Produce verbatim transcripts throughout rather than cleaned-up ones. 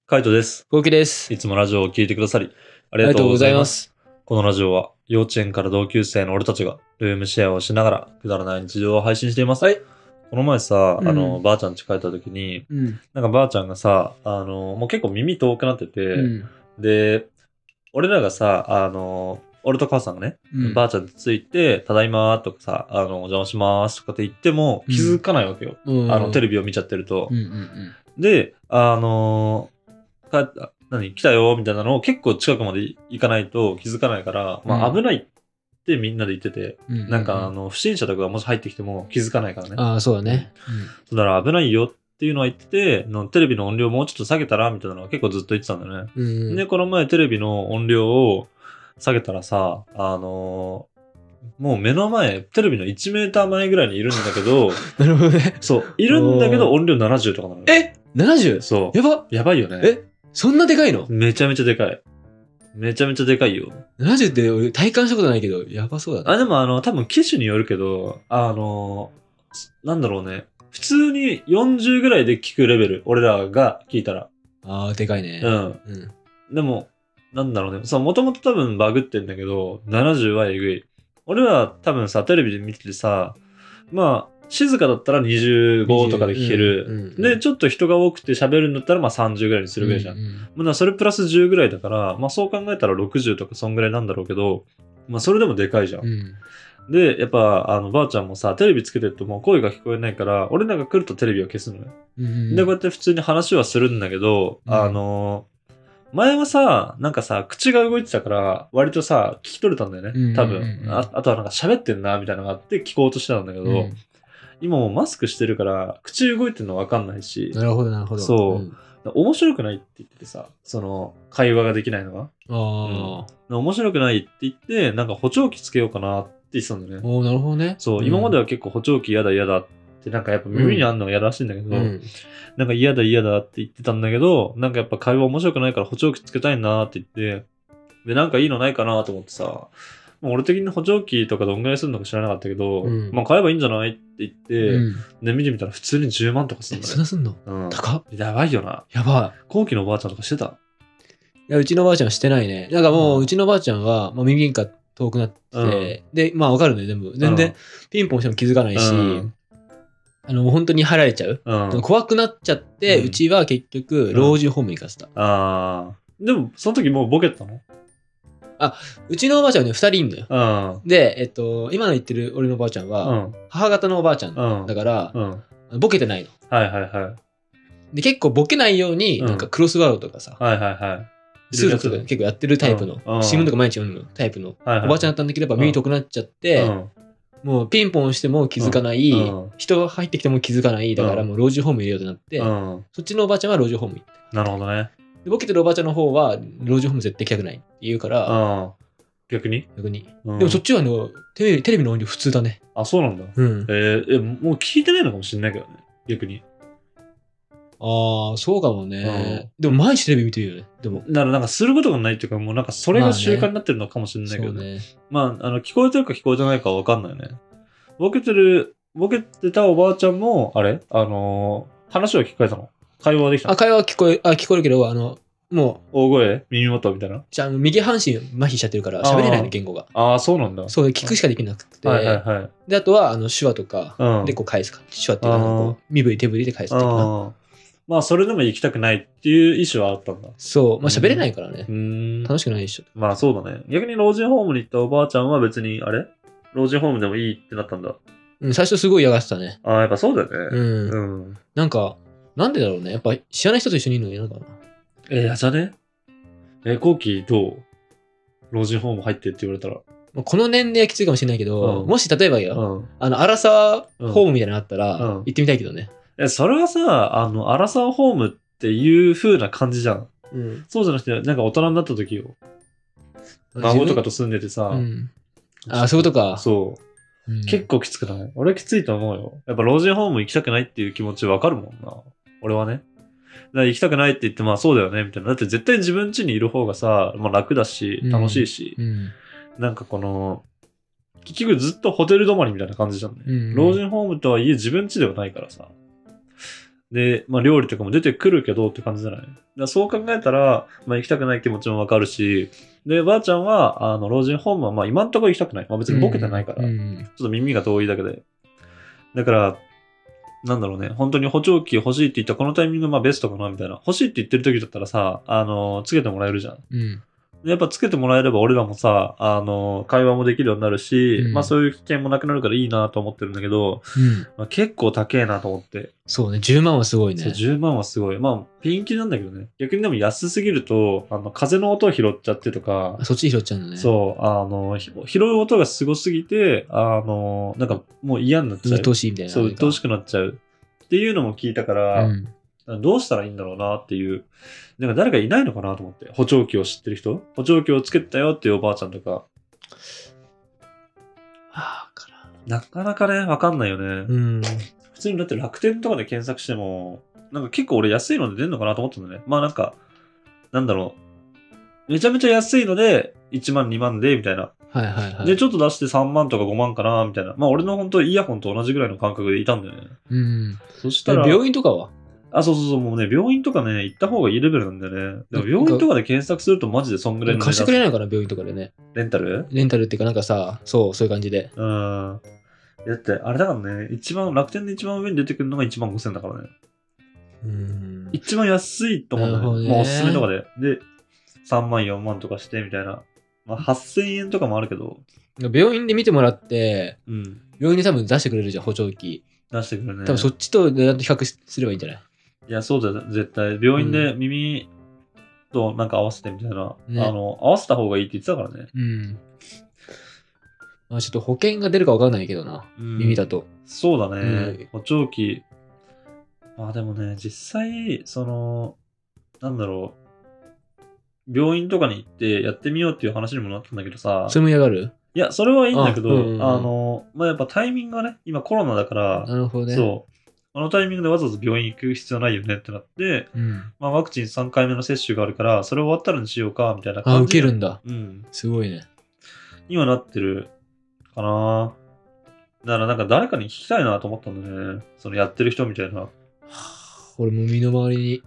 カイトです。 ゴキです。 いつもラジオを聞いてくださり、あありがとうございます。 このラジオは、幼稚園から同級生の俺たちが、ルームシェアをしながら、くだらない日常を配信しています。 はい。 この前さ、 うん、 あの、ばあちゃん家帰った時に、 うん、 なんかばあちゃんがさ、あの、もう結構耳遠くなってて、 うん、 で、俺らがさ、あの、俺と母さんがね、 うん、 ばあちゃんについて、ただいまーとかさ、あの、お邪魔しますとかって言っても気づかないわけよ。 うん、 あの、テレビを見ちゃってると。 うんうんうんで、あのー、帰った、何来たよみたいなのを結構近くまで行かないと気づかないから、まあうん危ないってみんなで言ってて、 うんうんうんなんかあの、不審者とかがもし入ってきても気づかないからね。 ああ、そうだね。 だから危ないよっていうのは言ってて、のテレビの音量もうちょっと下げたらみたいなのは結構ずっと言ってたんだよね。 うんうん、 で、この前テレビの音量を下げたらさ、あのーもう目の前、テレビのいちメーター前ぐらいにいるんだけど、 なるほどね。 そう、いるんだけど音量ななじゅうとかなのよ。 え ?ななじゅう? そう。 やばやばいよね。 えそんなでかいのめちゃめちゃでかい。めちゃめちゃでかいよ。 ななじゅう って俺体感したことないけど、やばそうだね。 あ、でもあの、多分機種によるけど、あの、なんだろうね。普通によんじゅうぐらいで聞くレベル。俺らが聞いたら。 ああ、でかいね。 うん。 うん。 でも、なんだろうね。そう、もともと多分バグってんだけど、ななじゅうはえぐい。俺は多分さ、テレビで見ててさ、まあ、静かだったらにじゅうごとかで聞ける。 うんうんうん、 で、ちょっと人が多くて喋るんだったらまあさんじゅうぐらいにするぐらいじゃん。 うんうん、 まあそれプラスじゅうぐらいだから、まあそう考えたらろくじゅうとかそんぐらいなんだろうけど、まあそれでもでかいじゃん。 うん、 で、やっぱ、あの、ばあちゃんもさ、テレビつけてるともう声が聞こえないから、俺らが来るとテレビを消すのね。 うんうん、 で、こうやって普通に話はするんだけど、 うん、 あの前はさ、なんかさ、口が動いてたから、割とさ、聞き取れたんだよね。多分。ああとはなんか喋ってんな、みたいなのがあって聞こうとしてたんだけど、うん、今もうマスクしてるから、口動いてるのわかんないし。 なるほど、なるほど。 そう。 うん、 面白くないって言っててさ、その、会話ができないのが。 ああ、 うん、面白くないって言って、なんか補聴器つけようかなって言ってたんだよね。 おー、なるほどね。 そう、うん、今までは結構補聴器嫌だ嫌だって、なんかやっぱ耳にあんのが嫌らしいんだけど、うん、なんか嫌だ嫌だって言ってたんだけど、なんかやっぱ会話面白くないから補聴器つけたいなって言って、で、なんかいいのないかなと思ってさ、俺的に補聴器とかどんぐらいするのか知らなかったけど、うん、まあ買えばいいんじゃないって言って、うん、で、見てみたら普通にじゅうまんとかするんだね。 そんなすんの、うん、高っ。 やばいよな。 やばい。 後期のおばあちゃんとかしてた？ いや、うちのおばあちゃんはしてないね。なんかもう、うん、うちのおばあちゃんは、まあ、耳が遠くなってて、うん、で、まあわかるね、全部。全然、ピンポンしても気づかないし、うん、あの、本当に払えちゃう。うん、怖くなっちゃって、うん、うちは結局、老人ホームに行かせた。 うん、ああ。でも、その時もうボケたの？ あ、うちのおばあちゃんはね、二人いんのよ。 うん、 で、えっと、今の言ってる俺のおばあちゃんは、うん、母方のおばあちゃんだから、うん、ボケてないの。 はいはいはい。 で、結構ボケないように、なんかクロスワードとかさ、 はいはいはい。 数学とか結構やってるタイプの、うん、新聞とか毎日読むタイプの、はいはい、おばあちゃんだったんだけど、耳遠くなっちゃって、うん、もうピンポンしても気づかない、うん、人が入ってきても気づかない、だからもう老人ホーム入れようとなって、うん、そっちのおばあちゃんは老人ホーム行って。 なるほどね。 でボケてるおばあちゃんの方は、老人ホーム絶対行きたくないって言うから、 うん、逆に逆に、うん。でもそっちはあのテレビ、テレビの音量普通だね。 あ、そうなんだ。うん、えー、え、もう聞いてないのかもしれないけどね、逆に。 ああ、そうかもね、うん。でも毎日テレビ見てるよね。でも。 だからなんかすることがないっていうか、もうなんかそれが習慣になってるのかもしれないけどね。まあ、ねまあ、あの、聞こえてるか聞こえてないかはわかんないよね。ボケてる、ボケてたおばあちゃんも、あれあのー、話は聞こえたの？会話はできたの？ あ、会話は聞こえ、あ、聞こえるけど、あの、もう。大声耳元みたいな？ じゃあ、右半身麻痺しちゃってるから、喋れないの、言語が。 ああ、そうなんだ。 そう、聞くしかできなくて。はいはいはい。で、あとは、あの、手話とかでこう返すか。手話っていうか、こう身振り手振りで返すっていうか。 まあ、それでも行きたくないっていう意思はあったんだ。 そう。まあ、喋れないからね。 うん。 楽しくないでしょ。 まあ、そうだね。逆に老人ホームに行ったおばあちゃんは別に、あれ老人ホームでもいいってなったんだ。 うん、最初すごい嫌がってたね。 ああ、やっぱそうだよね。 うん。うん。なんか、なんでだろうね。やっぱ知らない人と一緒にいるの嫌だな。 えー、嫌じゃねえー、後期どう老人ホーム入ってって言われたら。 この年齢はきついかもしれないけど、うん、もし例えばよ、うん、あの、アラサーホームみたいなのあったら、うん、行ってみたいけどね。 え、それはさ、あの、アラサーホームっていう風な感じじゃん。うん、そうじゃなくて、なんか大人になった時よ。孫とかと住んでてさ。うん、 ああ、そういうことか。 そう、うん。結構きつくない？俺きついと思うよ。やっぱ老人ホーム行きたくないっていう気持ちわかるもんな。俺はね。だから行きたくないって言って、まあそうだよね、みたいな。だって絶対自分家にいる方がさ、まあ楽だし、楽しいし。うんうん、なんかこの、結局ずっとホテル泊まりみたいな感じじゃんね。うんうん、老人ホームとはいえ自分家ではないからさ。 で、まあ料理とかも出てくるけどって感じじゃない？だからそう考えたら、まあ行きたくない気持ちもわかるし、で、ばあちゃんは、あの、老人ホームはまあ今んところ行きたくない。まあ別にボケてないから、 うんうちょんっと耳が遠いだけで。だから、なんだろうね、本当に補聴器欲しいって言ったこのタイミングまあベストかなみたいな。欲しいって言ってる時だったらさ、あの、つけてもらえるじゃん。 うんでやっぱつけてもらえれば俺らもさ、あの、会話もできるようになるし、 うんまあそういう危険もなくなるからいいなと思ってるんだけど、 うんまあ、結構高えなと思って。 そうね、じゅうまんはすごいね。 そう、じゅうまんはすごい。まあ、ピンキリなんだけどね。逆にでも安すぎると、あの、風の音を拾っちゃってとかあ、そっち拾っちゃうんだね。 そう、あの、ひ拾う音がすごすぎて、あの、なんかもう嫌になっちゃう。 鬱陶しいみたいな。 そう、鬱陶しくなっちゃう。っていうのも聞いたから、 うんどうしたらいいんだろうなっていう。なんか誰かいないのかなと思って。補聴器を知ってる人補聴器をつけたよっていうおばあちゃんとか。 ああ、からなかなかね、わかんないよね。 うん。 普通にだって楽天とかで検索しても、なんか結構俺安いので出るのかなと思ったんだよね。まあなんか、なんだろう。めちゃめちゃ安いので、いちまんにまんで、みたいな。 はいはいはい。 で、ちょっと出してさんまんとかごまんかな、みたいな。まあ俺の本当イヤホンと同じぐらいの感覚でいたんだよね。 うん。 そしたら、 病院とかはあ、そうそうそう、もうね、病院とかね、行った方がいいレベルなんだよね。でも病院とかで検索するとマジでそんぐらいの値段貸してくれないかな、病院とかでね。 レンタルレンタルっていうかなんかさ、そう、そういう感じで。 うん。だって、あれだからね、一番、楽天で一番上に出てくるのがいちまんごせんだからね。 うん。 一番安いと思うんだよね。 なるほどねまあおすすめとかで。で、さんまんよんまんとかしてみたいな。まあはっせんえんとかもあるけど、 病院で見てもらって、 うん。 病院で多分出してくれるじゃん、補聴器。 出してくるね。 多分そっちと値段と比較すればいいんじゃない？ いや、そうだよ、絶対。病院で耳となんか合わせてみたいな。 ねあの、合わせた方がいいって言ってたからね。 うん。まあちょっと保険が出るか分かんないけどな、 うん耳だと。 そうだね。 うん補聴器。まあでもね、実際、その、なんだろう。病院とかに行ってやってみようっていう話にもなったんだけどさ。 それも嫌がる？ いや、それはいいんだけど、あ,、 あうんうんうんの、まあやっぱタイミングがね、今コロナだから、 なるほどね。 そう。あのタイミングでわざわざ病院行く必要ないよねってなって、 う。ん。 まあワクチンさんかいめの接種があるから、それ終わったらにしようか、みたいなあ、 感じ。 受けるんだ。 うん。 すごいね。 今なってるかな。だからなんか誰かに聞きたいなと思ったんだね。そのやってる人みたいな。 はあ俺も身の回りに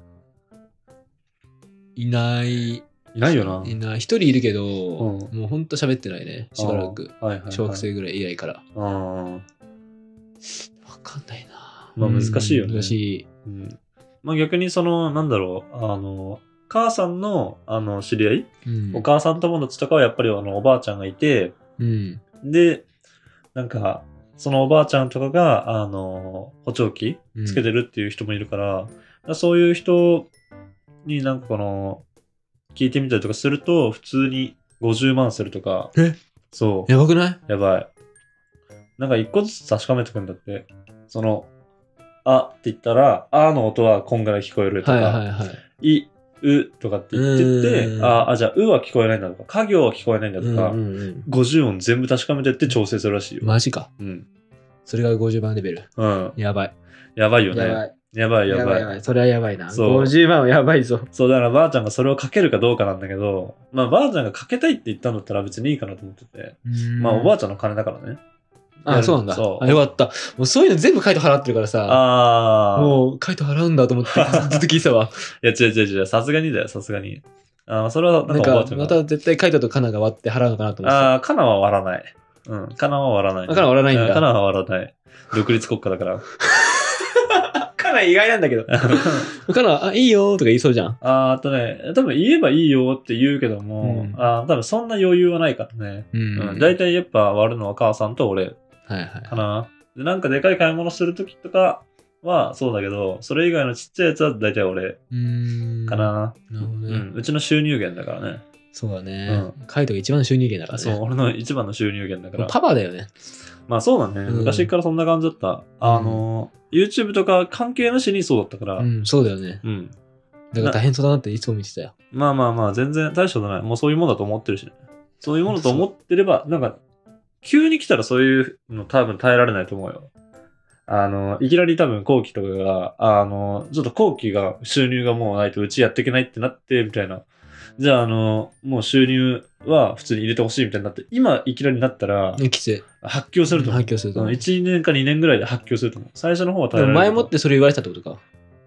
いない。 いないよな。 いない。一人いるけど、 うんもうほんと喋ってないね。しばらく。 あーはいはいはい、 小学生ぐらい以来から。 ああ。 わかんないな。 まあ難しいよねうん難しい。 うん。まあ逆にその、なんだろう、あの、母さんの、あの、知り合い、 うん。 お母さん友達とかはやっぱりあの、おばあちゃんがいて、 うん。 で、なんか、そのおばあちゃんとかが、あの、補聴器うんつけてるっていう人もいるから、だからそういう人になんかこの、聞いてみたりとかすると、普通にごじゅうまんするとか、 えそう、 やばくない？ やばい。なんか一個ずつ確かめてくんだって。その、あって言ったら、あの音はこんぐらい聞こえるとか、 はいはいはい。 い、うとかって言ってうて、 んあ、あ、じゃあ、うは聞こえないんだとか、か行は聞こえないんだとか、 うんうんうんごじゅう音全部確かめてって調整するらしいよ。 マジか。 うん。 それがごじゅうばんレベル。 うん。 やばい。 やばいよね。 やばい。 やばいやばい。 やばい。それはやばいな。 そうごじゅうまんはやばいぞ。 そう、だからばあちゃんがそれをかけるかどうかなんだけど、まあばあちゃんがかけたいって言ったんだったら別にいいかなと思ってて。まあおばあちゃんの金だからね。 あ、そうなんだ。 そうあ、よかった。もうそういうの全部カイト払ってるからさ。 ああ。 もうカイト払うんだと思ってずっと聞いてたわ。 いや、違う違う違う。さすがにだよ、さすがに。あーそれはななんんかかおばあちゃんが。 また絶対カイトとカナが割って払うのかなと思ってた。 ああ、カナは割らない。うん、カナは割らない。 あカナは割らないんだうカナは割らない。独立国家だから。 カナ意外なんだけど。カナ、あ、いいよーとか言いそうじゃん。 あーあとね、多分言えばいいよって言うけども、 うんあー多分そんな余裕はないからね。 ううん。大体やっぱ割るのは母さんと俺はいはい。 かな。で、なんかでかい買い物するときとかはそうだけど、それ以外のちっちゃいやつは大体俺うーん。 かな。 なるほどね。 うん。うちの収入源だからね。 そうだね。カイトが一番収入源だからね。 そう、俺の一番の収入源だから。 パパだよね。 まあそうだね。 うん昔からそんな感じだった。あの、YouTube とか関係なしにそうだったから。 う。ん、そうだよね。 うん。 だから大変そうだなっていつも見てたよ。 まあまあまあ、全然大したことない。もうそういうものだと思ってるしね。そういうものと思ってれば、なんか、急に来たらそういうの多分耐えられないと思うよ。あの、いきなり多分後期とかが、あの、ちょっと後期が収入がもうないとうちやっていけないってなって、みたいな。じゃあ、あの、もう収入は普通に入れてほしいみたいになって、今いきなりなったら、 きつい。 発狂すると思う。 発狂すると思ういちねんかにねんぐらいで発狂すると思う。最初の方は耐えられるけど。 でも前もってそれ言われたってことか。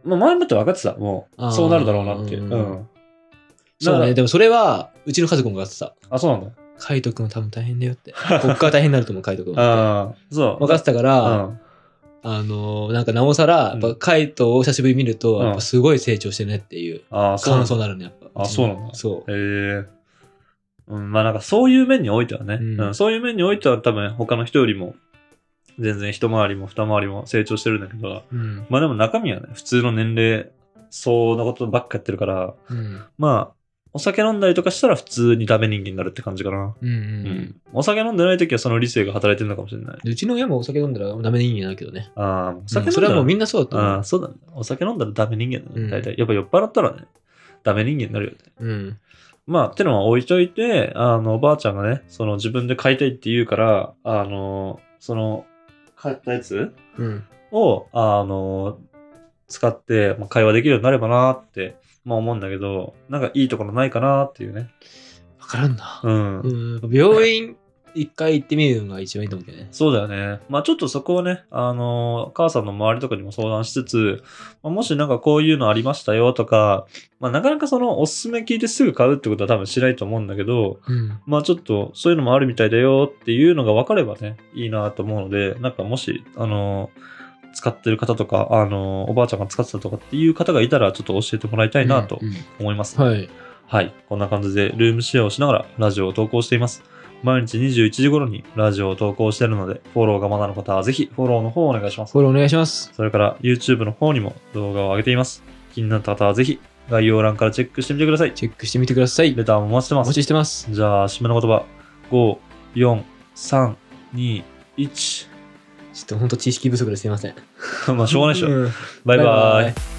まあ前もって分かってた。もう、そうなるだろうなって。 ううんん。 そうね。でもそれは、うちの家族も分かってた。 あ、そうなんだ。 カイト君多分大変だよって。こっから大変になると思う、カイト君。 ああ、そう。 分かってたから、 うん。 あのー、なんかなおさら、やっぱカイトを久しぶりに見ると、やっぱすごい成長してねっていう感想になるね、やっぱ。 あ、そうなんだ。 そう。 へえ。うん、まあなんかそういう面においてはね、 うんうん、そういう面においては多分他の人よりも全然一回りも二回りも成長してるんだけど、 うん、 まあでも中身はね、普通の年齢、そんなことばっかやってるから、 うん、 まあ、お酒飲んだりとかしたら普通にダメ人間になるって感じかな。 うんうんうんうんお酒飲んでない時はその理性が働いてるのかもしれない。 でうちの親もお酒飲んだらダメ人間になるけどね。 ああ、おうん酒飲んだら、 それはもうみんなそうだと思う。 ああ、そうだね。お酒飲んだらダメ人間だね。 うん大体。やっぱ酔っ払ったらね、ダメ人間になるよね。 うん。 まあ、ってのは置いといて、あの、おばあちゃんがね、その自分で買いたいって言うから、あの、その、買ったやつうん。 を、あの、使って、まあ、会話できるようになればなって、まあ思うんだけど、なんかいいところないかなっていうね。 わからんな。 うん。 うん。病院一回行ってみるのが一番いいと思うけどね。 そうだよね。まあちょっとそこをね、あの、母さんの周りとかにも相談しつつ、まあ、もしなんかこういうのありましたよとか、まあなかなかそのおすすめ聞いてすぐ買うってことは多分しないと思うんだけど、 うん。 まあちょっとそういうのもあるみたいだよっていうのが分かればね、いいなと思うので、なんかもし、あの、使ってる方とか、あの、おばあちゃんが使ってたとかっていう方がいたら、ちょっと教えてもらいたいなとうんうん思います。 はい。 はい。こんな感じでルームシェアをしながらラジオを投稿しています。毎日にじゅういちじ頃にラジオを投稿しているので、フォローがまだの方はぜひフォローの方をお願いします。 フォローお願いします。 それから YouTube の方にも動画を上げています。気になった方はぜひ概要欄からチェックしてみてください。 チェックしてみてください。 レターもお待ちしてます。 お待ちしてます。 じゃあ、締めの言葉。ご、よん、さん、に、いち。 ちょっとほんと知識不足ですいません。 まあ、しょうがないでしょ。 うんバイババイバーイイ。